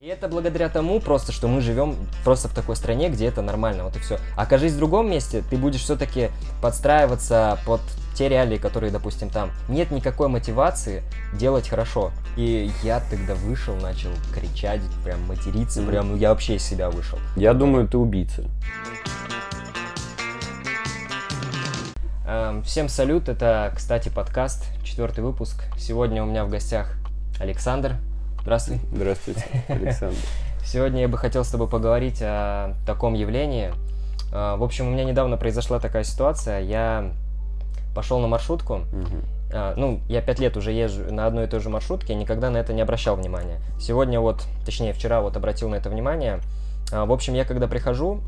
И это благодаря тому просто, что мы живем просто в такой стране, где это нормально, вот и все. Окажись в другом месте, ты будешь все-таки подстраиваться под те реалии, которые, допустим, там. Нет никакой мотивации делать хорошо. И я тогда вышел, начал кричать, прям материться, прям, ну я вообще из себя вышел. Я думаю, ты убийца. Всем салют, это, кстати, подкаст, 4-й выпуск. Сегодня у меня в гостях Александр. Здравствуй. Здравствуйте, Александр. Сегодня я бы хотел с тобой поговорить о таком явлении. В общем, у меня недавно произошла такая ситуация. Я пошел на маршрутку. Я 5 лет уже езжу на одной и той же маршрутке, и никогда на это не обращал внимания. Сегодня вчера обратил на это внимание. В общем, я когда прихожу,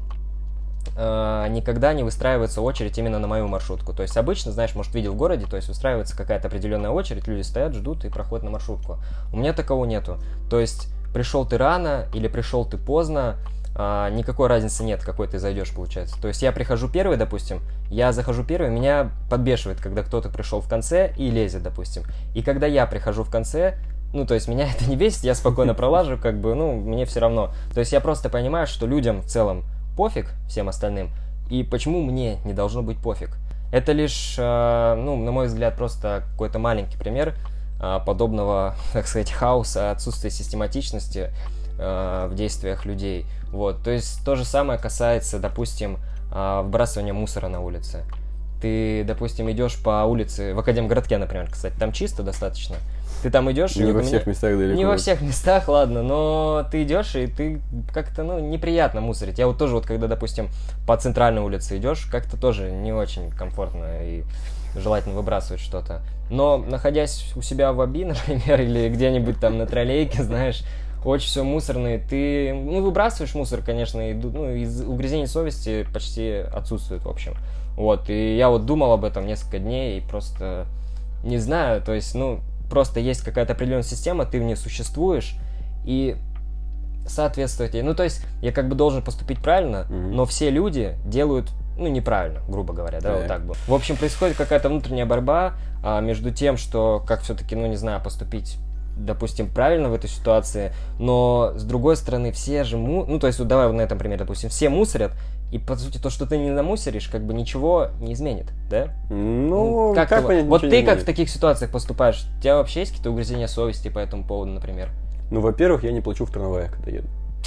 никогда не выстраивается очередь именно на мою маршрутку. То есть обычно, знаешь, может, видел в городе, то есть выстраивается какая-то определенная очередь, люди стоят, ждут и проходят на маршрутку. У меня такого нету. То есть пришел ты рано или пришел ты поздно, никакой разницы нет, какой ты зайдешь, получается. То есть я прихожу первый, допустим, я захожу первый, меня подбешивает, когда кто-то пришел в конце и лезет, допустим. И когда я прихожу в конце, то есть меня это не бесит, я спокойно пролажу, мне все равно. То есть я просто понимаю, что людям в целом пофиг, всем остальным, и почему мне не должно быть пофиг. Это лишь, на мой взгляд, просто какой-то маленький пример подобного, так сказать, хаоса, отсутствия систематичности в действиях людей. То есть то же самое касается, допустим, выбрасывания мусора на улице. Ты, допустим, идешь по улице, в Академгородке, например, кстати, там чисто достаточно. Ты там идешь... Не во всех местах далеко. Не во всех местах, ладно, но ты идешь, и ты как-то, неприятно мусорить. Я тоже, когда, допустим, по центральной улице идешь, как-то тоже не очень комфортно и желательно выбрасывать что-то. Но, находясь у себя в АБИ, например, или где-нибудь там на троллейке, знаешь, очень все мусорное, ты, выбрасываешь мусор, конечно, и из угрызений совести почти отсутствует, в общем. И я думал об этом несколько дней, и просто, не знаю, то есть, просто есть какая-то определенная система, ты в ней существуешь, и соответствовать ей. То есть, я должен поступить правильно, но все люди делают, неправильно, грубо говоря, да, вот так бы. В общем, происходит какая-то внутренняя борьба между тем, что как все-таки, поступить, допустим, правильно в этой ситуации, но, с другой стороны, все же, давай на этом примере, допустим, все мусорят, и, по сути, то, что ты не намусоришь, ничего не изменит, да? Как понять, вот ты как в таких ситуациях поступаешь? У тебя вообще есть какие-то угрызения совести по этому поводу, например? Во-первых, я не плачу в трамваях, когда еду.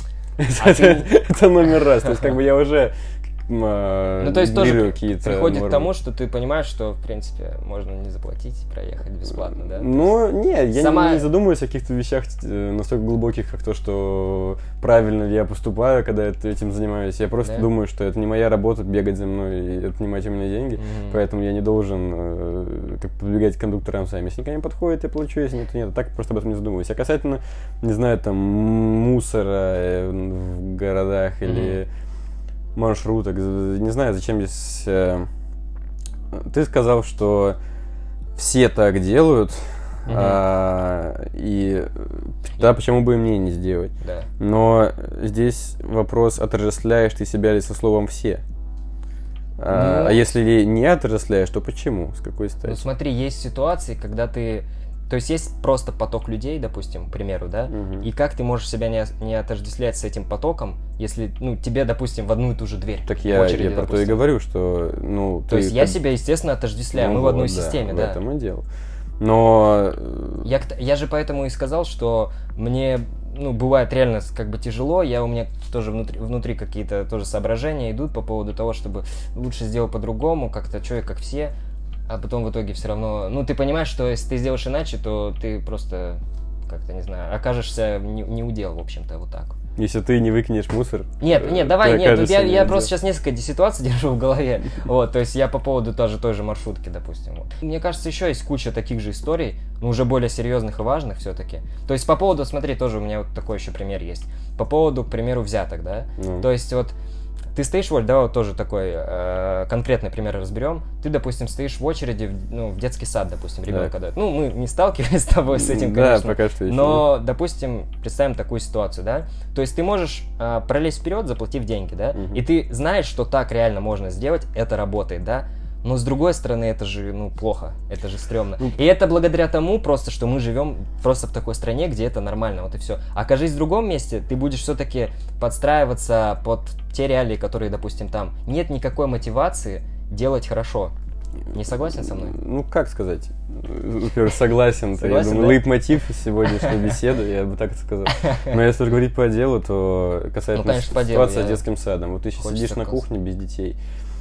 Это номер раз. То есть, я уже то есть тоже приходит к тому, что ты понимаешь, что, в принципе, можно не заплатить, проехать бесплатно, да? Я не задумываюсь о каких-то вещах настолько глубоких, как то, что правильно ли я поступаю, когда я этим занимаюсь. Я просто думаю, что это не моя работа бегать за мной и отнимать у меня деньги, поэтому я не должен подбегать к кондукторам сами. Если никому не подходит, я плачу, если нет, то нет. Так просто об этом не задумываюсь. А касательно, не знаю, мусора в городах или маршруток, не знаю, зачем здесь... Ты сказал, что все так делают, и да, почему бы и мне не сделать? Да. Но здесь вопрос, отождествляешь ты себя ли со словом «все». А если не отождествляешь, то почему? С какой стати? Смотри, есть ситуации, когда ты... То есть есть просто поток людей, допустим, к примеру, да? И как ты можешь себя не отождествлять с этим потоком, если, тебе, допустим, в одну и ту же дверь? Так я про то и говорю, что, То есть я себя, естественно, отождествляю, мы в одной системе, да. В этом и дело. Но... Я же поэтому и сказал, что мне, бывает реально тяжело, у меня тоже внутри какие-то тоже соображения идут по поводу того, чтобы лучше сделать по-другому, как-то как все. А потом в итоге все равно... ты понимаешь, что если ты сделаешь иначе, то ты просто, окажешься не у дел, в общем-то, вот так. Если ты не выкинешь мусор... Нет, давай, я просто сейчас несколько ситуаций держу в голове. То есть я по поводу той же маршрутки, допустим. Мне кажется, еще есть куча таких же историй, но уже более серьезных и важных все-таки. То есть по поводу, смотри, тоже у меня такой еще пример есть. По поводу, к примеру, взяток, да? То есть ты стоишь, давай тоже такой конкретный пример разберем. Ты, допустим, стоишь в очереди в детский сад, допустим, ребенка дает. Мы не сталкивались с тобой с этим, конечно. Да, пока что еще. Но, допустим, представим такую ситуацию, да? То есть ты можешь пролезть вперед, заплатив деньги, да? И ты знаешь, что так реально можно сделать, это работает, да? Но с другой стороны, это же, ну, плохо, это же стрёмно. И это благодаря тому просто, что мы живем просто в такой стране, где это нормально, вот и все. Окажись в другом месте, ты будешь все-таки подстраиваться под те реалии, которые, допустим, там. Нет никакой мотивации делать хорошо. Не согласен со мной? Ну, как сказать? Во-первых, согласен. Я думаю, лейтмотив сегодняшней беседы, я бы так сказал. Но если говорить по делу, то касается ситуации с детским садом. Вот ты сейчас сидишь на кухне без детей,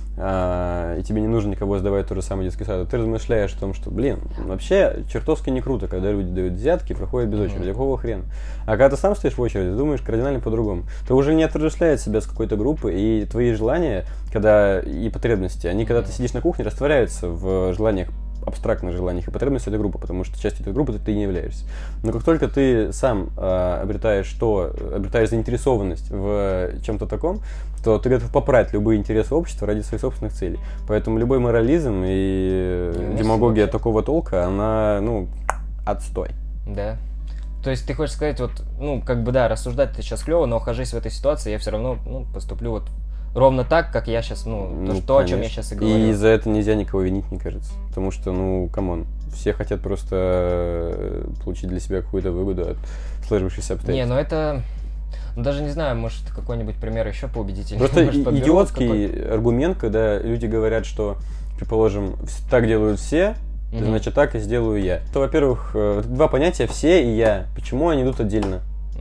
и тебе не нужно никого сдавать в тот же самый детский сад, ты размышляешь о том, что, блин, вообще чертовски не круто, когда люди дают взятки и проходят без очереди, какого хрена? А когда ты сам стоишь в очереди, ты думаешь кардинально по-другому. Ты уже не отождествляешь себя с какой-то группой, и твои желания, и потребности, они, когда ты сидишь на кухне, растворяются в желаниях, абстрактных желаниях и потребностях этой группы, потому что частью этой группы ты не являешься. Но как только ты сам обретаешь заинтересованность в чем-то таком, то ты готов попрать любые интересы общества ради своих собственных целей. Поэтому любой морализм и демагогия такого толка, она, ну, отстой. Да. То есть ты хочешь сказать, вот, ну, как бы, да, рассуждать ты сейчас клево, но окажись в этой ситуации, я все равно, ну, поступлю вот ровно так, как я сейчас, то, о чем я сейчас и говорю. И за это нельзя никого винить, мне кажется. Потому что, ну, камон, все хотят просто получить для себя какую-то выгоду от сложившихся обстоятельств. Не, ну это... Даже не знаю, может, какой-нибудь пример еще поубедительнее. Просто идиотский аргумент, когда люди говорят, что, предположим, так делают все, значит, так и сделаю я. То, во-первых, два понятия «все» и «я». Почему они идут отдельно?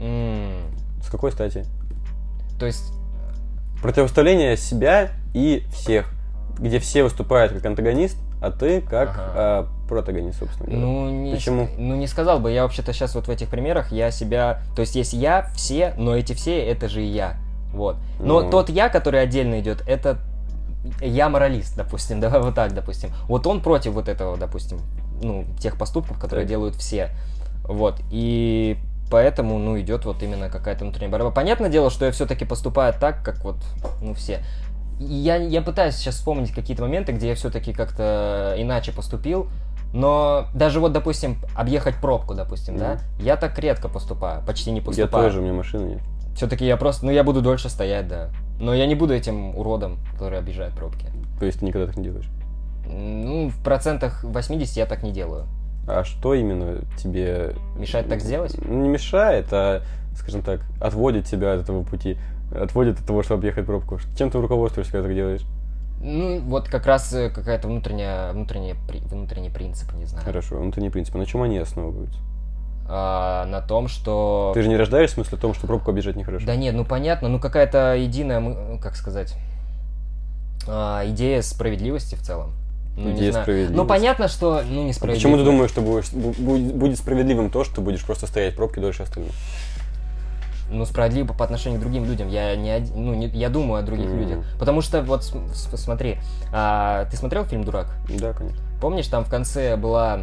С какой стати? То есть... Противоставление себя и всех, где все выступают как антагонист, а ты как протагонист, собственно говоря. Почему? Не сказал бы. Я вообще-то сейчас вот в этих примерах я себя... То есть есть я, все, но эти все, это же и я. Вот. Но тот я, который отдельно идет, это я моралист, допустим. Давай вот так, допустим. Вот он против вот этого, допустим, ну, тех поступков, которые делают все. Вот. И... Поэтому, ну, идет вот именно какая-то внутренняя борьба. Понятное дело, что я все-таки поступаю так, как вот, ну, все. И я пытаюсь сейчас вспомнить какие-то моменты, где я все-таки как-то иначе поступил. Но даже вот, допустим, объехать пробку, допустим, да, я так редко поступаю, почти не поступаю. Я тоже, у меня машины нет. Все-таки я просто, ну, я буду дольше стоять, да. Но я не буду этим уродом, который объезжает пробки. То есть ты никогда так не делаешь? Ну, в процентах 80 я так не делаю. А что именно тебе... Мешает так сделать? Ну, не мешает, а, скажем так, отводит тебя от этого пути. Отводит от того, чтобы объехать пробку. Чем ты руководствуешься, когда так делаешь? Ну, вот как раз какая-то внутренний принцип, не знаю. Хорошо, внутренний принцип. На чем они основываются? На том, что... Ты же не рождаешь в смысле о том, что пробку объезжать нехорошо? Да нет, ну понятно, ну какая-то единая, как сказать, идея справедливости в целом. Ну, идея справедливости. Ну, понятно, что, ну, несправедливо. А почему ты думаешь, что будет справедливым то, что будешь просто стоять в пробке дольше остальных? Ну, справедливо по отношению к другим людям. Я думаю о других людях. Потому что, вот, смотри, ты смотрел фильм «Дурак»? Да, конечно. Помнишь, там в конце была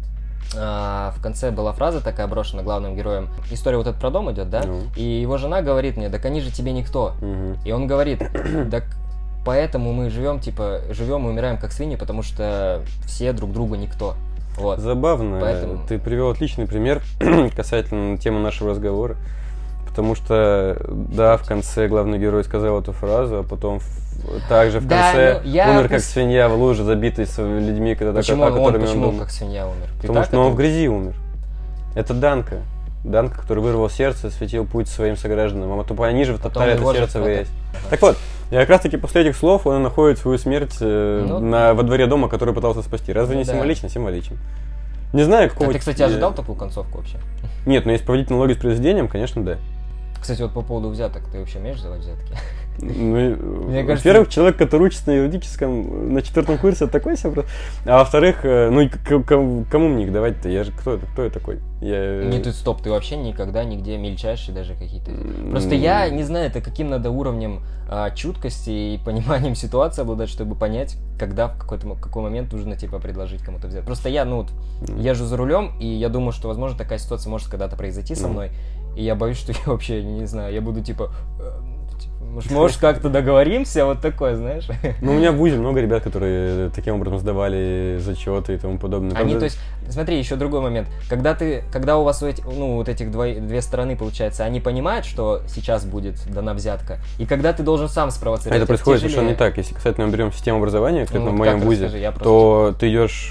фраза такая брошена главным героем. История вот эта про дом идет, да? И его жена говорит мне: так они же тебе никто. И он говорит: так... Поэтому мы живем и умираем как свиньи, потому что все друг другу никто. Вот. Забавно. Поэтому... Ты привел отличный пример касательно темы нашего разговора. Потому что, да, в конце главный герой сказал эту фразу, а потом также в конце умер как свинья в луже, забитой людьми, почему он как свинья умер? Потому что он в грязи умер. Это Данка. Данка, который вырвал сердце, осветил путь своим согражданам. А они же втоптали это сердце в грязь. Так вот, и как раз таки после этих слов он находит свою смерть во дворе дома, который пытался спасти. Разве не символично? Символично. Не знаю, какого... А ты, кстати, ожидал такую концовку вообще? Нет, но если проводить аналогию с произведением, конечно, да. Кстати, вот по поводу взяток, ты вообще умеешь давать взятки? Ну, во-первых, человек, который учится на юридическом на 4 курсе, это такой себе просто. А во-вторых, ну, кому мне их давать-то? Я же кто я такой? Нет, стоп, ты вообще никогда нигде мельчайшие даже какие-то... Просто я не знаю, это каким надо уровнем чуткости и пониманием ситуации обладать, чтобы понять, когда, в какой момент нужно, типа, предложить кому-то взять. Просто я, ну, вот, езжу за рулем, и я думаю, что, возможно, такая ситуация может когда-то произойти со мной, и я боюсь, что я вообще, не знаю, я буду, типа... Может, как-то договоримся, вот такое, знаешь. Ну, у меня в ВУЗе много ребят, которые таким образом сдавали зачеты и тому подобное. Они, то есть, смотри, еще другой момент. Когда у вас вот этих две стороны, получается, они понимают, что сейчас будет дана взятка, и когда ты должен сам спровоцировать. Это происходит совершенно не так. Если, кстати, мы берем систему образования, конкретно в моем ВУЗе, то ты идешь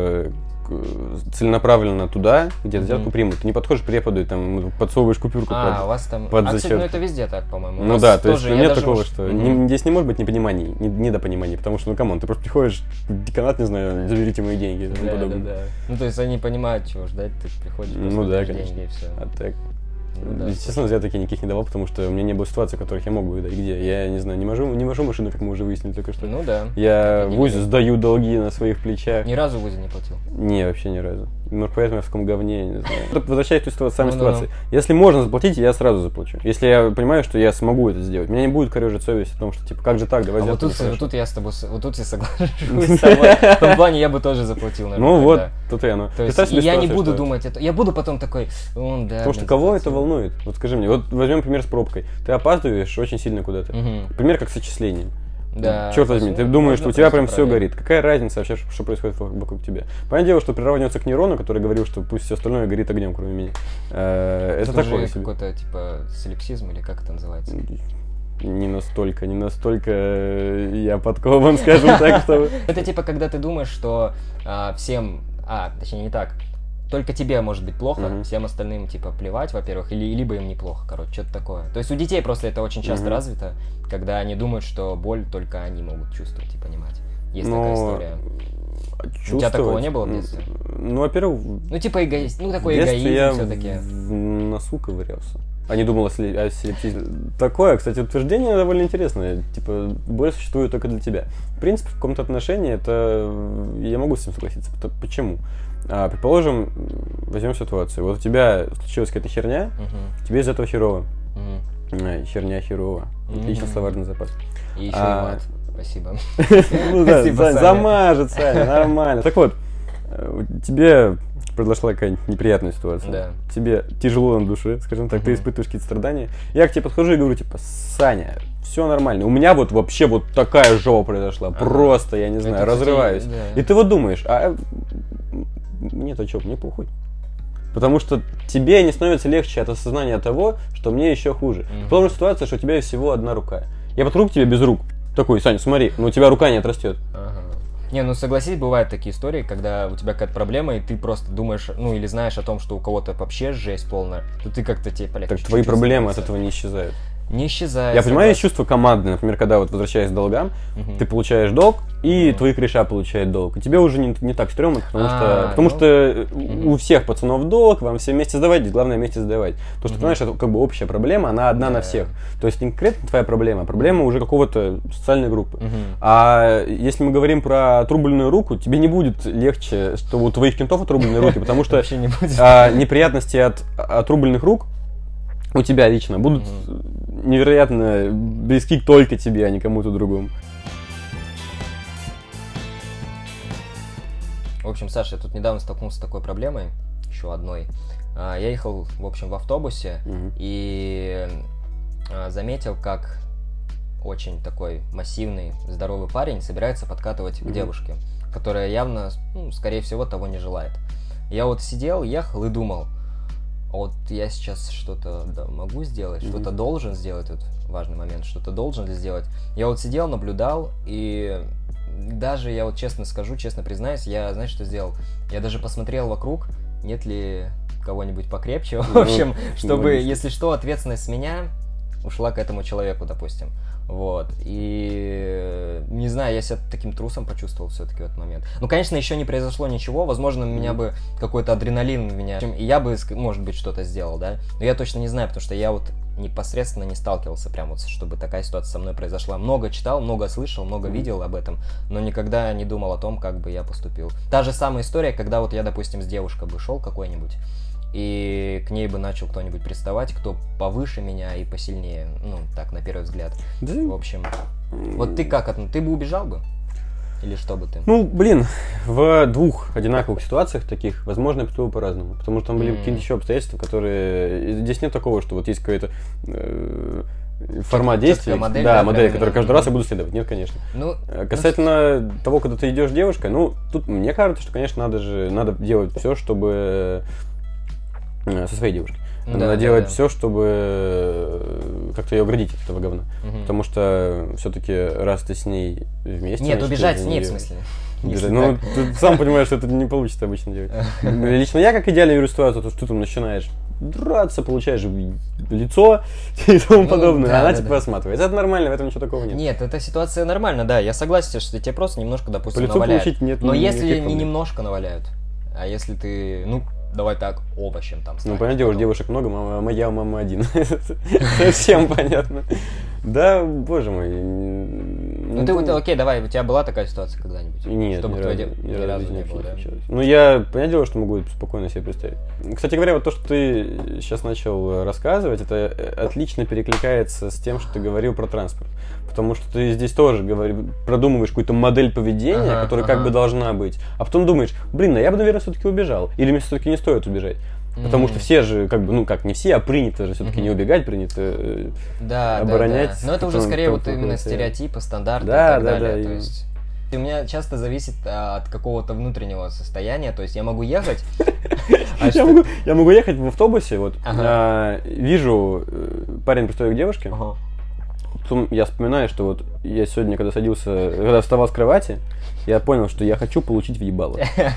целенаправленно туда, где взятку примут. Ты не подходишь к преподу и там подсовываешь купюрку у вас там... под зачет. Кстати, это везде так, по-моему. Ну да, то есть нет такого, что... Здесь не может быть непониманий, недопониманий, потому что, камон, ты просто приходишь в деканат, не знаю, заберите мои деньги и тому подобное. Да. Ну, то есть они понимают, чего ждать, ты приходишь, деньги и все. А так... Естественно, я такие никаких не давал, потому что у меня не было ситуаций, в которых я мог бы выдать. Где? Я не знаю, не вожу машину, как мы уже выяснили только что. Ну да. Я в ВУЗе сдаю долги на своих плечах. Ни разу в ВУЗе не платил? Не, вообще ни разу. Может, поэтому я в таком говне, я не знаю. Возвращаясь к той самой ситуации. Если можно заплатить, я сразу заплачу. Если я понимаю, что я смогу это сделать. Меня не будет корежить совесть о том, что, типа, как же так, давай вот тут я с тобой, вот тут я соглашусь с тобой. В том плане я бы тоже заплатил, наверное. Ну вот, тут и оно. То есть я не буду думать это. Я буду потом такой, да. Потому что кого это волнует? Вот скажи мне, вот возьмем пример с пробкой. Ты опаздываешь очень сильно куда-то. Пример как с отчислением. Да. Черт возьми, ты думаешь, что у тебя прям все горит. Какая разница вообще, что происходит вокруг тебя? Понятное дело, что приравниваться к нейрону, который говорил, что пусть все остальное горит огнем, кроме меня. Это такое себе. Какой-то типа солипсизм или как это называется? Не настолько я подкован, скажем так, что... Это типа, когда ты думаешь, что всем... точнее не так. Только тебе может быть плохо, всем остальным, типа, плевать, во-первых, либо им неплохо, что-то такое. То есть у детей просто это очень часто развито, когда они думают, что боль только они могут чувствовать и понимать. Есть такая история. У тебя такого не было в детстве? Ну, во-первых... Ну, типа эгоист, такой эгоизм все-таки. Я в носу ковырялся. А не думал о селективизме. Такое, кстати, утверждение довольно интересное. Типа, боль существует только для тебя. В принципе, в каком-то отношении это... Я могу с этим согласиться. Почему? Предположим, возьмем ситуацию. Вот у тебя случилась какая-то херня, тебе из этого херово. Херня херово. Отличный словарный запас. И еще и мат. Спасибо. Ну да, замажет, Саня, нормально. Так вот, тебе произошла какая-нибудь неприятная ситуация. Да. Тебе тяжело на душе, скажем так, ты испытываешь какие-то страдания. Я к тебе подхожу и говорю, типа, Саня, все нормально. У меня вот вообще вот такая жопа произошла. Просто, я не знаю, разрываюсь. И ты вот думаешь, мне-то что, мне похуй. Потому что тебе не становится легче от осознания того, что мне еще хуже. Потому что ситуация, что у тебя всего одна рука. Я подхожу к тебе без рук. Такой, Саня, смотри, у тебя рука не отрастет. Не, согласись, бывают такие истории, когда у тебя какая-то проблема, и ты просто думаешь, или знаешь о том, что у кого-то вообще жесть полная, то ты как-то тебе полегче. Так твои проблемы от этого не исчезают. Не исчезает. Я понимаю, есть чувство команды, например, когда вот возвращаясь к долгам, ты получаешь долг, и твои кореша получают долг. И тебе уже не так стрёмно, потому что у всех пацанов долг, вам все вместе сдавать, главное вместе сдавать. Потому что, понимаешь, это как бы общая проблема, она одна на всех. То есть не конкретно твоя проблема, а проблема уже какого-то социальной группы. А если мы говорим про отрубленную руку, тебе не будет легче, что у твоих кентов отрубленные руки, потому что неприятности от отрубленных рук у тебя лично будут невероятно близки только тебе, а не кому-то другому. В общем, Саша, я тут недавно столкнулся с такой проблемой, еще одной. Я ехал, в общем, в автобусе и заметил, как очень такой массивный, здоровый парень собирается подкатывать к девушке, которая явно, скорее всего, того не желает. Я вот сидел, ехал и думал, вот я сейчас что-то могу сделать, что-то должен сделать, вот важный момент, что-то должен сделать. Я вот сидел, наблюдал, и даже, я вот честно скажу, честно признаюсь, я, знаешь, что сделал? Я даже посмотрел вокруг, нет ли кого-нибудь покрепче, в общем, чтобы, если что, ответственность с меня ушла к этому человеку, допустим. Вот. И не знаю, я себя таким трусом почувствовал все-таки в этот момент. Конечно, еще не произошло ничего. Возможно, меня бы какой-то адреналин и я бы, может быть, что-то сделал, да. Но я точно не знаю, потому что я вот непосредственно не сталкивался прям вот, чтобы такая ситуация со мной произошла. Много читал, много слышал, много видел об этом, но никогда не думал о том, как бы я поступил. Та же самая история, когда вот я, допустим, с девушкой бы шел какой-нибудь, и к ней бы начал кто-нибудь приставать, кто повыше меня и посильнее, так, на первый взгляд. Да. В общем, вот ты как, ты бы убежал бы? Или что бы ты? В двух одинаковых ситуациях таких, возможно, я поступил по-разному. Потому что там были какие-то еще обстоятельства, которые... Здесь нет такого, что вот есть какая-то формат действий. Модель, да, модель, которую каждый раз я буду следовать. Нет, конечно. Ну, касательно того, когда ты идешь девушкой, ну, тут мне кажется, что, конечно, надо делать все, чтобы со своей девушкой. Надо делать все, чтобы как-то ее оградить от этого говна. Потому что все-таки раз ты с ней вместе... Нет, убежать с ней, в смысле. Ну, ты сам понимаешь, что это не получится обычно делать. Лично я, как идеально вижу ситуацию, то, что ты там начинаешь драться, получаешь лицо и тому подобное, она типа осматривает. Это нормально, в этом ничего такого нет. Нет, эта ситуация нормальна, да, я согласен, что тебе просто немножко, допустим, по лицу наваляют. Получить нет. Но если не немножко наваляют, а если ты, ну, давай так, овощем там станешь. Ну, понятное дело, девушек много, моя мама один. Совсем понятно. Да, боже мой. Ну, ты, окей, давай, у тебя была такая ситуация когда-нибудь? Нет, чтобы ни разу не было, да? Ну, я, понятное дело, что могу спокойно себе представить. Кстати говоря, вот то, что ты сейчас начал рассказывать, это отлично перекликается с тем, что ты говорил про транспорт. Потому что ты здесь тоже продумываешь какую-то модель поведения, которая как бы должна быть. А потом думаешь, блин, я бы, наверное, все-таки убежал. Или мне все-таки не стоит убежать. Потому что все же, как бы, ну как, не все, а принято же все-таки не убегать, принято оборонять. Да. Но это уже скорее вот именно стереотипы, стандарты и так далее. Да. То есть у меня часто зависит от какого-то внутреннего состояния, то есть я могу ехать... Я могу ехать в автобусе, вот, вижу, парень пристает к девушке, потом я вспоминаю, что вот я сегодня, когда вставал с кровати, я понял, что я хочу получить въебало.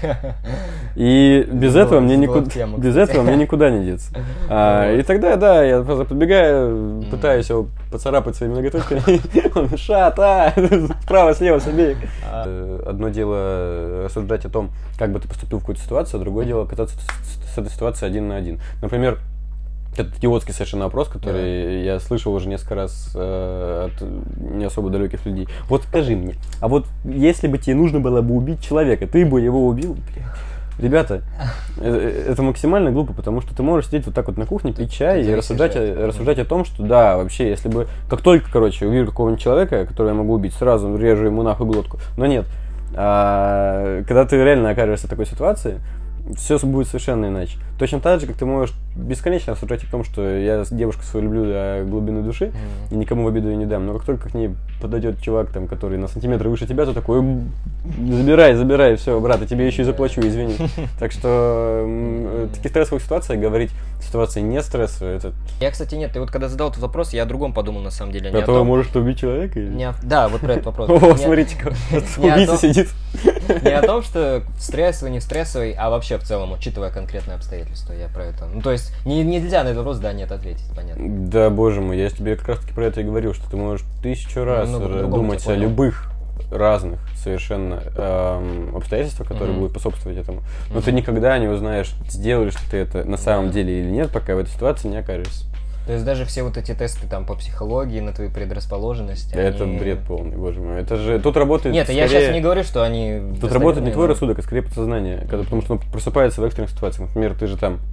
И без этого мне никуда не деться. И тогда, да, я просто подбегаю, пытаюсь его поцарапать своими ноготочками. Он справа, слева, с обеих. Одно дело рассуждать о том, как бы ты поступил в какую-то ситуацию, а другое дело кататься с этой ситуацией один на один. Например, это идиотский совершенно вопрос, который я слышал уже несколько раз от не особо далеких людей. Вот скажи мне, а вот если бы тебе нужно было бы убить человека, ты бы его убил? Блядь. Ребята, это максимально глупо, потому что ты можешь сидеть вот так вот на кухне, пить чай и рассуждать о том, что да, вообще, если бы, как только, увижу какого-нибудь человека, которого я могу убить, сразу режу ему нахуй глотку. Но нет, когда ты реально окажешься в такой ситуации, все будет совершенно иначе. Точно так же, как ты можешь бесконечно рассуждать о том, что я девушку свою люблю до глубины души и никому в обиду ее не дам. Но как только к ней подойдет чувак, там, который на сантиметр выше тебя, то такой, забирай, все, брат, я тебе еще и заплачу, извини. Так что в таких стрессовых ситуациях говорить ситуации не стрессовые, это... Я, кстати, нет, ты вот когда задал этот вопрос, я о другом подумал на самом деле. Ты можешь убить человека? Да, вот про этот вопрос. О, смотрите-ка, убийца сидит. Не о том, что стрессовый, не стрессовый, а вообще в целом, учитывая конкретные обстоятельства, я про это. Ну, то есть, нельзя на этот вопрос да, нет ответить, понятно. Да, боже мой, я тебе как раз таки про это и говорил, что ты можешь 1000 раз думать о любых разных совершенно обстоятельствах, которые будут способствовать этому. Но ты никогда не узнаешь, сделаешь ли ты это на самом деле или нет, пока в этой ситуации не окажешься. То есть даже все вот эти тесты там по психологии на твои предрасположенности, это бред полный, боже мой. Это же тут работает. Нет, я сейчас не говорю, что они. Тут работает не твой рассудок, а скорее подсознание, потому что он просыпается в экстренных ситуациях. Например, ты же там.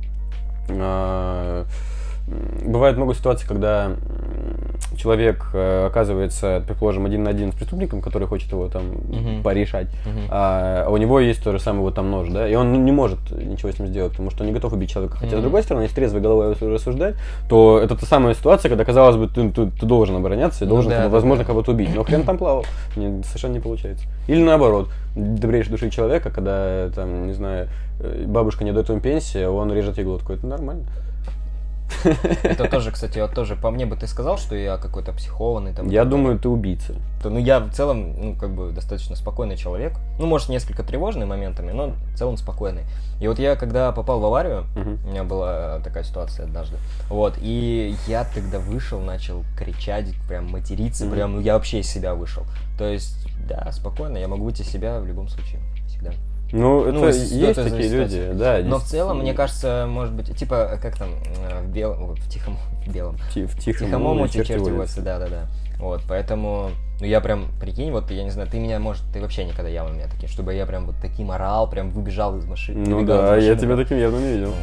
Бывает много ситуаций, когда человек оказывается, предположим, один на один с преступником, который хочет его там порешать, а у него есть то же самое вот там нож, да, и он не может ничего с ним сделать, потому что он не готов убить человека. Хотя, с другой стороны, если трезвой головой рассуждать, то это та самая ситуация, когда, казалось бы, ты должен обороняться и должен, возможно, кого-то убить, но хрен там плавал, совершенно не получается. Или наоборот, добрейшей души человека, когда, там, не знаю, бабушка не дает ему пенсии, а он режет ей глотку, это нормально. Это тоже, кстати, вот тоже по мне бы ты сказал, что я какой-то психованный там. Я думаю, ты убийца. Ну, я в целом, ну, как бы достаточно спокойный человек. Ну, может, несколько тревожный моментами, но в целом спокойный. И вот я, когда попал в аварию, у меня была такая ситуация однажды. Вот, и я тогда вышел, начал кричать, прям материться, прям, ну, я вообще из себя вышел. То есть, да, спокойно, я могу выйти из себя в любом случае, всегда. Ну, это есть такие люди, да. Но в целом, мне кажется, может быть, типа, как там, в тихом омуте черти водятся, да. Вот, поэтому, ну, я прям, прикинь, вот, я не знаю, ты меня, может, ты вообще никогда явно меня таким, чтобы я прям вот таким орал, прям выбежал из машины. Ну да, я тебя таким явно не видел.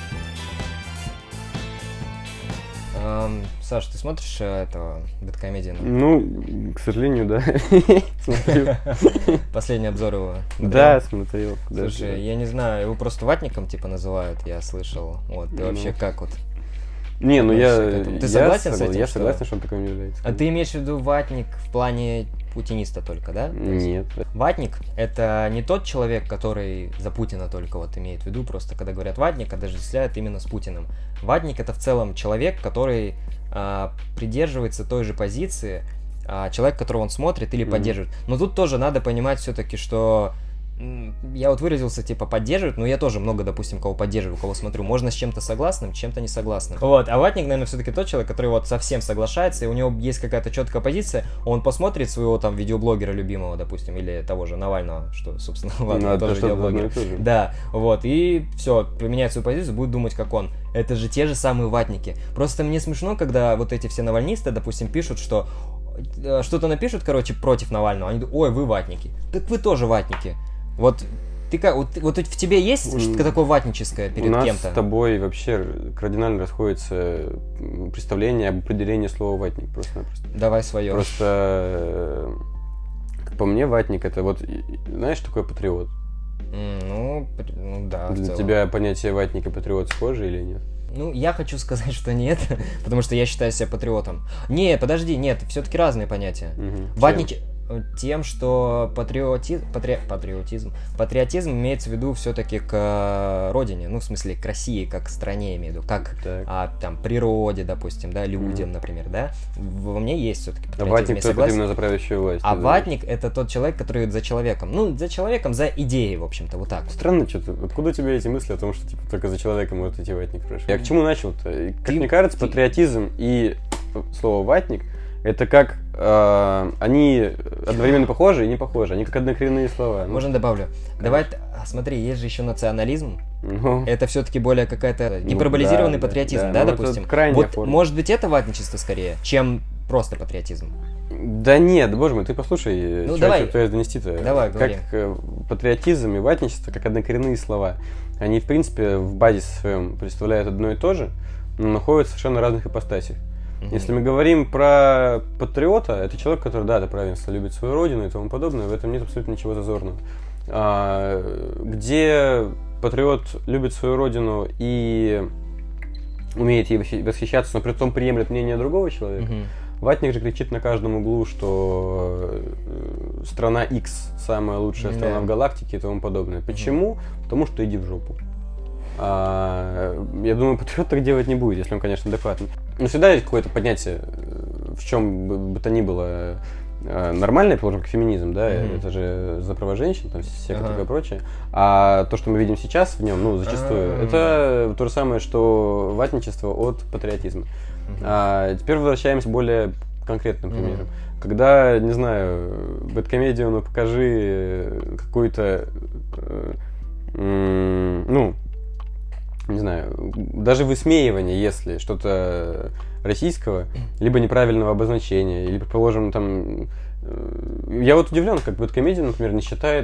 Саш, ты смотришь этого бэдкомедиана? Ну, к сожалению, да. Смотрю. Последний обзор его. Да, смотрел. Слушай, я не знаю, его просто ватником типа называют, я слышал. Вот, ты вообще как вот? Не, ну Ты согласен с этим? Я согласен, что он такой не является. А ты имеешь в виду ватник в плане путиниста только, да? Нет. Ватник — это не тот человек, который за Путина только вот имеет в виду, просто когда говорят ватник, отождествляют именно с Путиным. Ватник — это в целом человек, который придерживается той же позиции, человек, которого он смотрит или поддерживает. Но тут тоже надо понимать все-таки, что я вот выразился, типа, поддерживать, но я тоже много, допустим, кого поддерживаю, кого смотрю. Можно с чем-то согласным, чем-то не согласным. Вот, а ватник, наверное, все-таки тот человек, который вот совсем соглашается, и у него есть какая-то четкая позиция, он посмотрит своего там видеоблогера любимого, допустим, или того же Навального, что, собственно, ладно, тоже видеоблогер. Да, вот, и все, поменяет свою позицию, будет думать, как он. Это же те же самые ватники. Просто мне смешно, когда вот эти все навальнисты, допустим, пишут, что что-то напишут, короче, против Навального, они думают, ой, вы ватники. Так вы тоже ватники. Вот ты как, вот в тебе есть что-то такое ватническое перед кем-то? У нас с тобой вообще кардинально расходится представление об определении слова ватник просто-напросто. Давай свое. Просто, по мне, ватник — это вот, знаешь, такой патриот? Ну да. Для тебя понятие ватник и патриот схожи или нет? Ну, я хочу сказать, что нет, потому что я считаю себя патриотом. Не, подожди, нет, все-таки разные понятия. Ватники... Тем, что патриотизм имеется в виду все-таки к родине, ну, в смысле, к России, как к стране, имею в виду, как там, природе, допустим, да, людям, например, да. Во мне есть все-таки патриотизм, ватник — это именно за правящую власть. А ватник — это тот человек, который за человеком. Ну, за человеком, за идеей, в общем-то, вот так. Странно что-то. Откуда у тебя эти мысли о том, что типа только за человеком может идти ватник? Я к чему начал-то? Как мне кажется, патриотизм и слово ватник — это как они одновременно похожи и не похожи. Они как однокоренные слова. Можно добавлю? Конечно. Давай, смотри, есть же еще национализм. Это все-таки более какая-то гиперболизированный патриотизм, да, допустим? Вот, форма. Может быть, это ватничество скорее, чем просто патриотизм? Да нет, боже мой, ты послушай, ну, что давай. я пытаюсь донести-то. Давай, говори. Как патриотизм и ватничество, как однокоренные слова. Они, в принципе, в базе своем представляют одно и то же, но находятся в совершенно разных ипостасях. Если мы говорим про патриота, это человек, который, да, ты правильно, любит свою родину и тому подобное, в этом нет абсолютно ничего зазорного. Где патриот любит свою родину и умеет ей восхищаться, но при этом приемлет мнение другого человека, ватник же кричит на каждом углу, что страна X самая лучшая страна в галактике и тому подобное. Почему? Потому что иди в жопу. Я думаю, патриот так делать не будет, если он, конечно, адекватный. Но всегда есть какое-то поднятие, в чем бы то ни было, нормальное, положим, как феминизм, да, это же за права женщин, там, всякое такое прочее. А то, что мы видим сейчас в нем, ну, зачастую, это то же самое, что ватничество от патриотизма. Теперь возвращаемся к более конкретным примерам. Когда, не знаю, бэдкомедию, покажи какой-то, ну, не знаю, даже высмеивание, если что-то российского, либо неправильного обозначения, или, предположим, там... Я вот удивлен, как бэдкомедия, например, не считает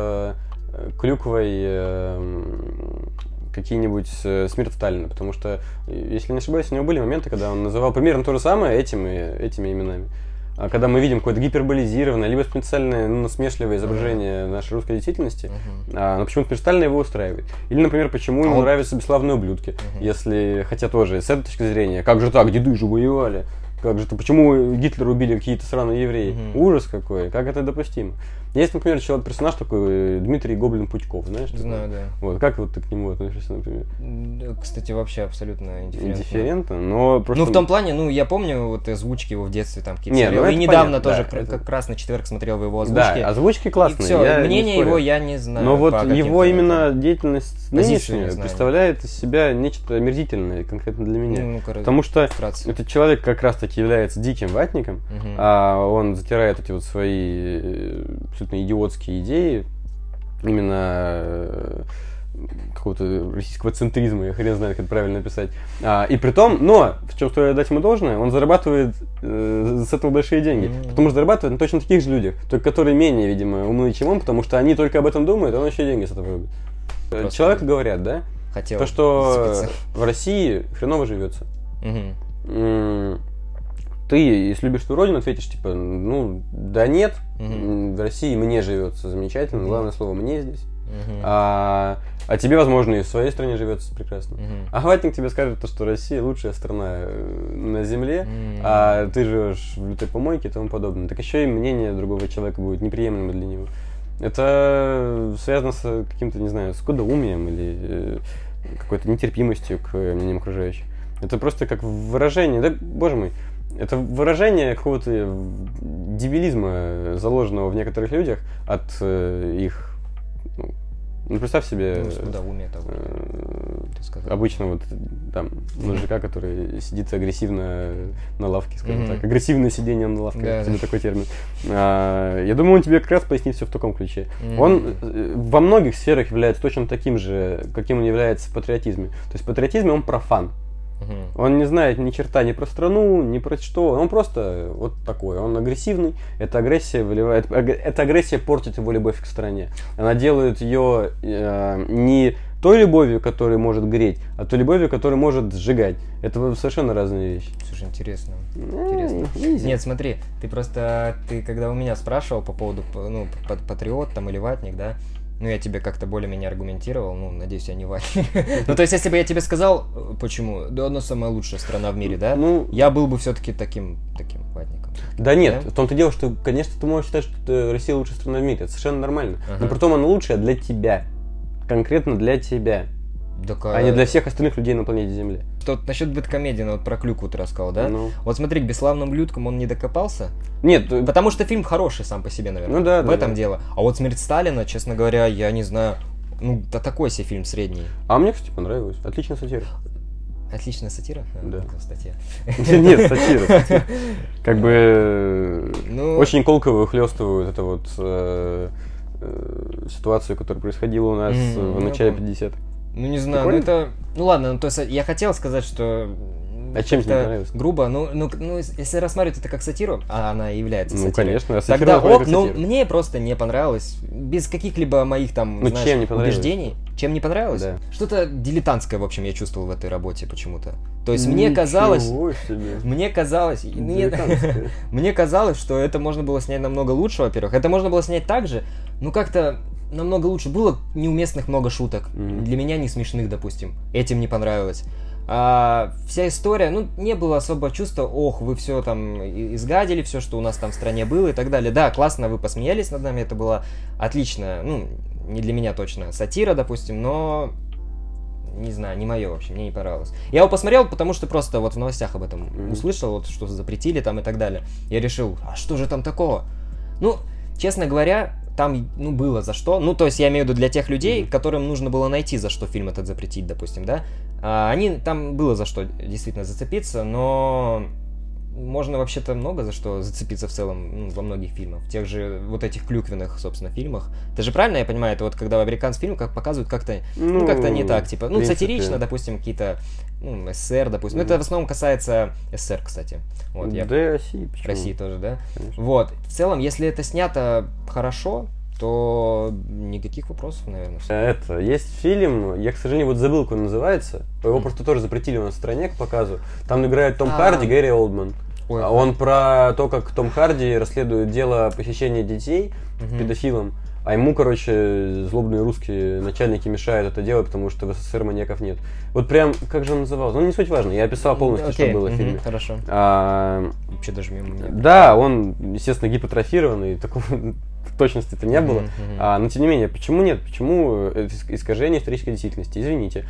клюквой какие-нибудь смерть Сталина, потому что, если не ошибаюсь, у него были моменты, когда он называл примерно то же самое этими именами. А когда мы видим какое-то гиперболизированное, либо специальное насмешливое изображение нашей русской действительности, но почему-то Сталина его устраивает. Или, например, почему ему нравятся бесславные ублюдки, если, хотя тоже, с этой точки зрения, как же так, деды же воевали, как же, почему Гитлера убили какие-то сраные евреи? Ужас какой, как это допустимо? Есть, например, персонаж такой, Дмитрий Гоблин-Пучков, знаешь? Знаю, да. Вот, как вот ты к нему относишься, например? Кстати, вообще абсолютно индифферентно. Индифферентно, но просто... Ну, в том плане, я помню вот озвучки его в детстве, там какие-то сериалы. И недавно тоже, как «Красный четверг», смотрел в его озвучке. Да, озвучки классные. Все, мнение его я не знаю. Но вот его именно деятельность нынешняя представляет из себя нечто омерзительное, конкретно для меня. Потому что этот человек как раз-таки является диким ватником, а он затирает эти вот свои абсолютно идиотские идеи, именно какого-то российского центризма, я хрен знает, как это правильно написать. И при том, но, в чем стоит дать ему должное, он зарабатывает с этого большие деньги. Потому что зарабатывает на точно таких же людях, только которые менее, видимо, умны, чем он, потому что они только об этом думают, а он еще деньги с этого рубит. Человеку говорят, да? То, что в России хреново живется. Ты, если любишь свою родину, ответишь, типа, ну, да нет, в России мне живется замечательно, главное слово «мне» здесь. А тебе, возможно, и в своей стране живется прекрасно. А ватник тебе скажет, что Россия лучшая страна на земле, а ты живешь в лютой помойке и тому подобное. Так еще и мнение другого человека будет неприемлемо для него. Это связано с каким-то, не знаю, скудоумием или какой-то нетерпимостью к мнениям окружающих. Это просто как выражение, да, боже мой, это выражение какого-то дебилизма, заложенного в некоторых людях от их, ну, представь себе обычно вот там мужика, который сидит агрессивно на лавке, скажем так. Агрессивное сидение на лавке, это такой термин. Я думаю, он тебе как раз пояснит все в таком ключе. Он во многих сферах является точно таким же, каким он является в патриотизме. То есть в патриотизме он профан. Он не знает ни черта ни про страну, ни про что. Он просто вот такой. Он агрессивный. Эта агрессия портит его любовь к стране. Она делает ее не той любовью, которая может греть, а той любовью, которая может сжигать. Это совершенно разные вещи. Слушай, интересно. Нет, смотри, ты когда у меня спрашивал по поводу патриот там или ватник, да? Ну, я тебе как-то более-менее аргументировал, надеюсь, я не ватник. Ну, то есть, если бы я тебе сказал, почему, да, она самая лучшая страна в мире, да, я был бы все-таки таким ватником. Да нет, в том-то дело, что, конечно, ты можешь считать, что Россия лучшая страна в мире, это совершенно нормально. Но при том она лучшая для тебя, конкретно для тебя, а не для всех остальных людей на планете Земля. Вот насчет бэдкомедии, вот про клюкву ты рассказал, да? Вот смотри, к «Бесславным ублюдкам» он не докопался? Нет. Потому что фильм хороший сам по себе, наверное. В этом дело. А вот «Смерть Сталина», честно говоря, я не знаю, да такой себе фильм средний. А мне, кстати, понравилось. Отличная сатира. Отличная сатира? Да. Статья. Нет, сатира. Как бы очень колко выхлёстывают это вот ситуацию, которая происходила у нас в начале 50-х. Ну, не знаю, ладно, то есть я хотел сказать, что... А чем тебе понравилось? Грубо, если рассматривать это как сатиру, а она является сатирой. Конечно, тогда мне просто не понравилось, без каких-либо моих там, убеждений. Чем не понравилось? Да. Что-то дилетантское, в общем, я чувствовал в этой работе почему-то. То есть мне казалось, что это можно было снять намного лучше, во-первых. Это можно было снять так же, как-то намного лучше. Было неуместных много шуток. Для меня не смешных, допустим. Этим не понравилось. А вся история, не было особо чувства, вы все там изгадили, все, что у нас там в стране было и так далее. Да, классно, вы посмеялись над нами, это была отличная, не для меня точно, сатира, допустим, но... Не знаю, не мое вообще, мне не понравилось. Я его посмотрел, потому что просто вот в новостях об этом услышал, вот что запретили там и так далее. Я решил, а что же там такого? Честно говоря, там, было за что. То есть я имею в виду для тех людей, которым нужно было найти, за что фильм этот запретить, допустим, да. Там было за что действительно зацепиться, но можно вообще-то много за что зацепиться в целом во многих фильмах. В тех же вот этих клюквенных, собственно, фильмах. Это же правильно я понимаю? Это вот когда в американских фильмах показывают как-то, как-то не так, типа, сатирично, допустим, какие-то, СССР, допустим. Это в основном касается СССР, кстати. Вот, да, России. Почему? России тоже, да? Конечно. Вот. В целом, если это снято хорошо, то никаких вопросов, наверное. Есть фильм, я, к сожалению, вот забыл, как он называется. Его просто тоже запретили у нас в стране к показу. Там играет Том Харди, Гэри Олдман. Он про то, как Том Харди расследует дело похищения детей педофилом. А ему, злобные русские начальники мешают это делать, потому что в СССР маньяков нет. Вот прям, как же он назывался? Не суть важно, я описал полностью, что было в фильме. Хорошо. Вообще даже мимо меня. Да, он, естественно, гипотрофированный, такого в точности-то не было. Но тем не менее, почему нет? Почему искажение исторической действительности? Извините.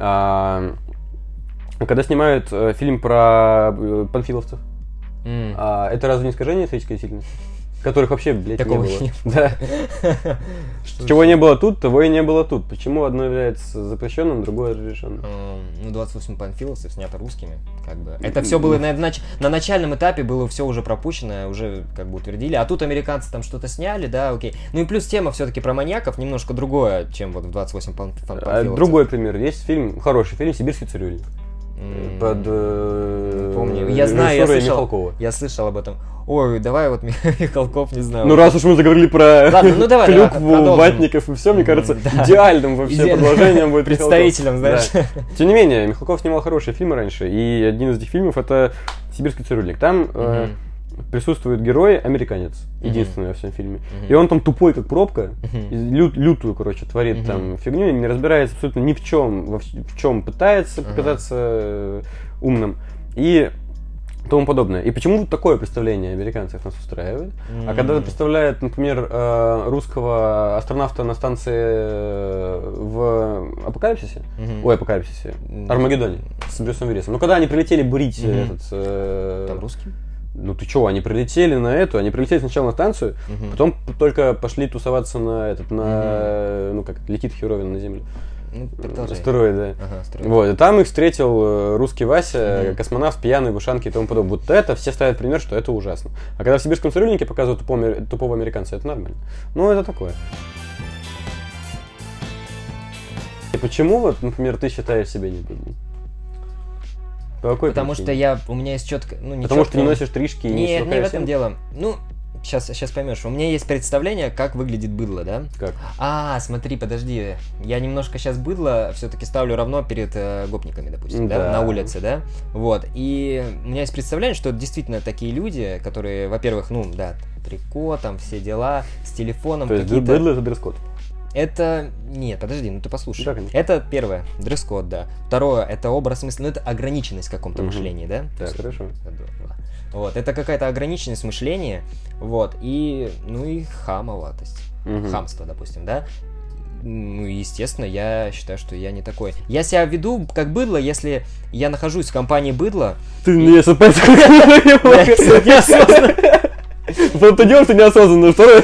Когда снимают фильм про панфиловцев, это разве не искажение исторической действительности? Которых вообще, такого не было. Да. Чего не было тут, того и не было тут. Почему одно является запрещенным, другое разрешенным? 28 панфиловцев снято русскими. Это все было на начальном этапе, было все уже пропущено, уже утвердили. А тут американцы там что-то сняли, да, окей. И плюс тема все-таки про маньяков немножко другое, чем вот в 28 панфиловцев. Другой пример. Есть фильм, хороший фильм «Сибирский цирюльник». Помню. Я знаю, я слышал об этом. Ой, давай вот Михалков, не знаю. Раз уж мы заговорили про клюкву, ватников и все, мне кажется, идеальным вообще предложением будет представителем, знаешь. Тем не менее, Михалков снимал хорошие фильмы раньше, и один из этих фильмов это «Сибирский цирюльник». Там присутствует герой американец, единственный во всем фильме. И он там тупой, как пробка, лютую, короче, творит там фигню, не разбирается абсолютно ни в чем, в чем пытается показаться умным и тому подобное. И почему такое представление американцев нас устраивает? А когда представляют, например, русского астронавта на станции в Апокалипсисе, Армагеддоне с Брюсом Уиллисом, ну когда они прилетели бурить этот... Там русский? Ну ты чё, они прилетели сначала на станцию, потом только пошли тусоваться на ну как летит херовина на Землю. Астероид, да. Астероид. Вот, и там их встретил русский Вася, космонавт, пьяный, в ушанке и тому подобное. Вот это все ставят пример, что это ужасно. А когда в «Сибирском цирюльнике» показывают тупого американца, это нормально. Ну, это такое. И почему, вот, например, ты считаешь себя небыдлым? Потому что у меня есть четко... Потому что ты не носишь стрижки и не в этом дело. Ну, сейчас поймешь. У меня есть представление, как выглядит быдло, да? Как? Смотри, подожди. Я немножко сейчас быдло все-таки ставлю равно перед гопниками, допустим, да? На улице, да? Вот. И у меня есть представление, что это действительно такие люди, которые, во-первых, трико, там все дела, с телефоном. То есть быдло — это дресс-код? Это... Нет, подожди, ты послушай. Да, это первое, дресс-код, да. Второе, это образ мысли, это ограниченность в каком-то мышлении, да? Так, хорошо. Вот, это какая-то ограниченность мышления, вот, и хамоватость, хамство, допустим, да? Ну, естественно, я считаю, что я не такой. Я себя веду как быдло, если я нахожусь в компании быдла. Ты не Вот идем, ты неосознанно, второе.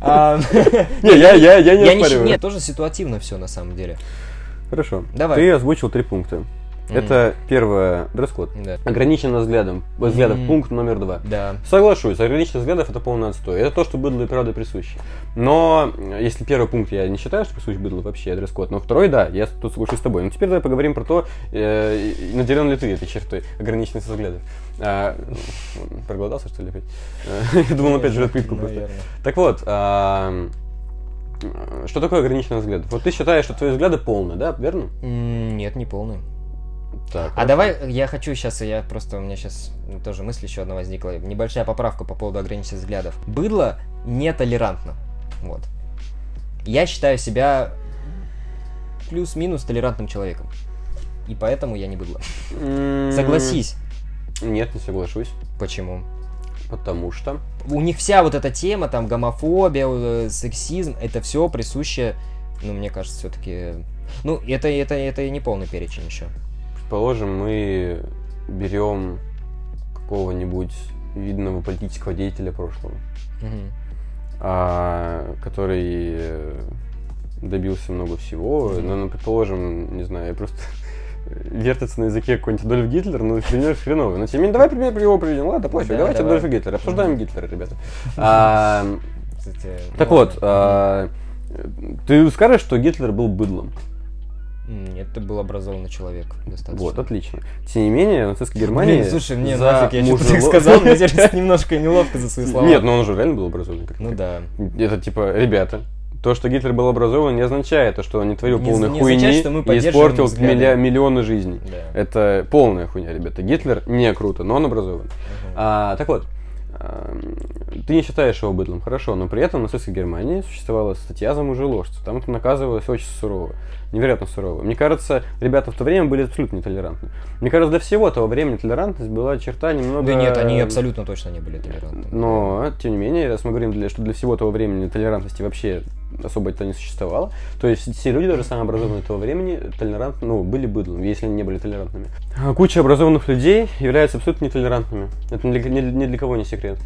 Я не оспариваю. Нет, тоже ситуативно все на самом деле. Хорошо. Давай. Ты озвучил 3 пункта. Это первое, дресс-код. Да. Ограниченность взглядов, пункт номер 2. Да. Соглашусь, ограниченность взглядов — это полный отстой. Это то, что быдлу и правда присуще. Но, если первый пункт я не считаю, что присущ быдлу вообще дресс-код, но второй, да, я тут соглашусь с тобой. Но теперь давай поговорим про то, наделен ли ты этой чертой ограниченности взглядов. Проголодался, что ли, опять? Я думал, опять жрать плитку просто. Так вот, что такое ограниченность взглядов? Вот ты считаешь, что твои взгляды полные, да, верно? Нет, не полные. Так, давай, я хочу сейчас, у меня сейчас тоже мысль еще одна возникла, небольшая поправка по поводу ограниченных взглядов. Быдло нетолерантно, вот. Я считаю себя плюс-минус толерантным человеком, и поэтому я не быдло. Согласись. Нет, не соглашусь. Почему? Потому что... У них вся вот эта тема, там, гомофобия, сексизм, это все присуще, мне кажется, все-таки... это не полный перечень еще. Предположим, мы берем какого-нибудь видного политического деятеля прошлого, который добился много всего. Но, предположим, не знаю, я просто вертится на языке какой-нибудь Адольф Гитлер, пример хреновый. Но тем не менее, давай пример его приведем. Ладно, пофиг, давайте Адольфа Гитлера. Обсуждаем Гитлера, ребята. Так вот, ты скажешь, что Гитлер был быдлом? Нет, ты был образованный человек, достаточно. Вот, отлично. Тем не менее, в нацистской Германии... Слушай, мне нафиг, я что-то так сказал, мне сейчас немножко неловко за свои слова. Нет, но он уже реально был образованный. Да. Это типа, ребята, то, что Гитлер был образован, не означает, что он не творил полной хуйни и испортил миллионы жизней. Это полная хуйня, ребята. Гитлер не круто, но он образован. Так вот, ты не считаешь его быдлом, хорошо, но при этом в нацистской Германии существовала статья за мужеложство. Там это наказывалось очень сурово, невероятно сурово. Мне кажется, ребята в то время были абсолютно нетолерантны. Мне кажется, для всего того времени толерантность была черта немного... Да нет, они абсолютно точно не были толерантны. Но, тем не менее, раз мы говорим, что для всего того времени толерантности вообще особо это не существовало, то есть все люди, даже самые образованные того времени, толерантны, были быдлом, если они не были толерантными. Куча образованных людей являются абсолютно нетолерантными. Это ни для кого не секрет.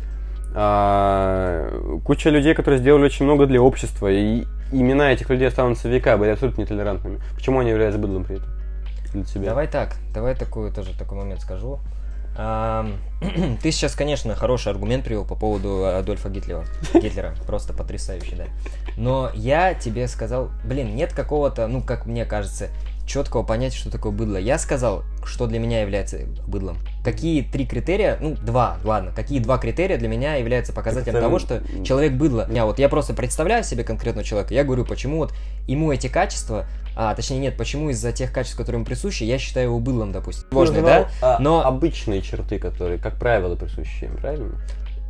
Куча людей, которые сделали очень много для общества, и имена этих людей останутся в века, были абсолютно нетолерантными. Почему они являются быдлом при этом? Для тебя? Давай такой момент скажу. Ты сейчас, конечно, хороший аргумент привел по поводу Адольфа Гитлера. Просто потрясающий, да. Но я тебе сказал, нет какого-то, как мне кажется, четкого понятия, что такое быдло. Я сказал, что для меня является быдлом. Какие 3 критерия, 2, ладно, какие 2 критерия для меня являются показателем того, что человек быдло. Я просто представляю себе конкретного человека, я говорю, почему ему эти качества, почему из-за тех качеств, которые ему присущи, я считаю его быдлом, допустим. Можно, да? Но обычные черты, которые, как правило, присущи им, правильно?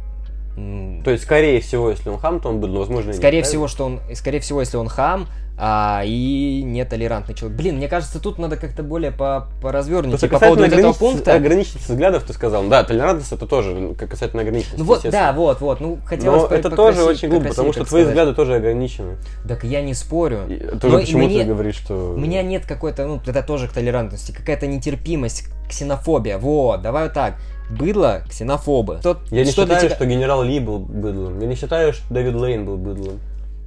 То есть, скорее всего, если он хам, то он быдло, возможно, скорее всего, если он хам, и нетолерантный человек. Блин, мне кажется, тут надо как-то более поразвернуть. По поводу этого пункта... Ограниченность взглядов, ты сказал. Да, толерантность это тоже касательно ограниченности. Ну вот, да, вот. Ну, хотелось но это тоже очень глупо, потому что твои взгляды тоже ограничены. Так я не спорю. Тоже почему ты говоришь, что... У меня нет какой-то, это тоже к толерантности, какая-то нетерпимость, ксенофобия. Вот, давай вот так. Быдло, ксенофобы. Я не считаю, что генерал Ли был быдлом. Я не считаю, что Дэвид Лейн был быдлом.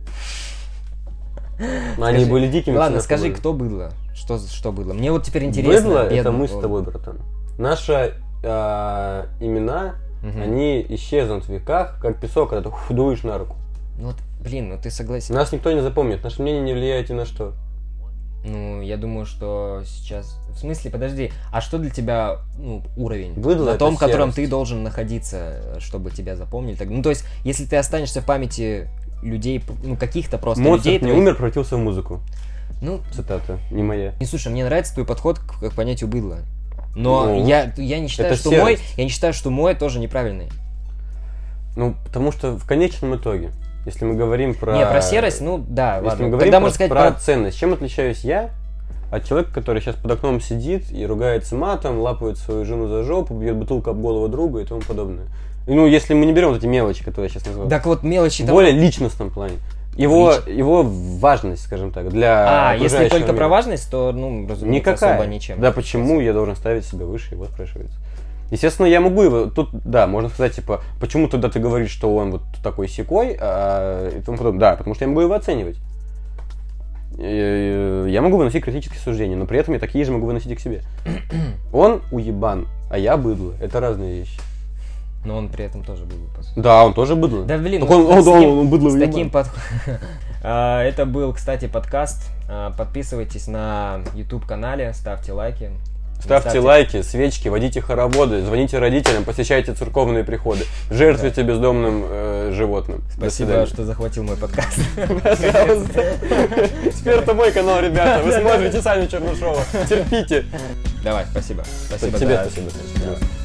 Они были дикими. Ладно, скажи, кто быдло? Что было? Мне вот теперь интересно. Быдло — это мы с тобой, братан. Наши имена, они исчезнут в веках, как песок, когда ты дуешь на руку. Ну вот, блин, ты согласен. Нас никто не запомнит, наше мнение не влияет ни на что. Ну, я думаю, что сейчас... В смысле, подожди, а что для тебя уровень? Быдло — на том, в котором серость. ты должен находиться, чтобы тебя запомнили? Ну, то есть, если ты останешься в памяти людей, каких-то просто Моцарт людей... не умер, превратился в музыку. Ну... Цитата, не моя. Не, слушай, мне нравится твой подход к понятию быдла. Но я не считаю, что серость. я не считаю, что мой тоже неправильный. Ну, потому что в конечном итоге, если мы говорим про... Не, про серость, да, если ладно. мы говорим можно сказать, про ценность, чем отличаюсь я от человека, который сейчас под окном сидит и ругается матом, лапает свою жену за жопу, бьет бутылку об голову друга и тому подобное. Ну, если мы не берем вот эти мелочи, которые я сейчас назвал. Так вот, мелочи... В более личностном плане. Его важность, скажем так, для если только мира. Про важность, то, разумеется, никакая. Особо ничем. Да, почему я должен ставить себя выше, его спрашивается. Естественно, я могу его... Тут, да, можно сказать, почему тогда ты говоришь, что он вот такой сякой, и тому подобное. Да, потому что я могу его оценивать. Я могу выносить критические суждения, но при этом я такие же могу выносить и к себе. Он уебан, а я быдло. Это разные вещи. Но он при этом тоже быдло, по сути. Да, он тоже быдло. Да, блин, он быдло с таким Это был, кстати, подкаст. Подписывайтесь на YouTube-канале, ставьте лайки. Ставьте лайки, свечки, водите хороводы, звоните родителям, посещайте церковные приходы, жертвуйте бездомным животным. Спасибо, что захватил мой подкаст. Пожалуйста. Теперь это мой канал, ребята. Вы смотрите сами Чернышова. Терпите. Давай, спасибо. Тебе спасибо.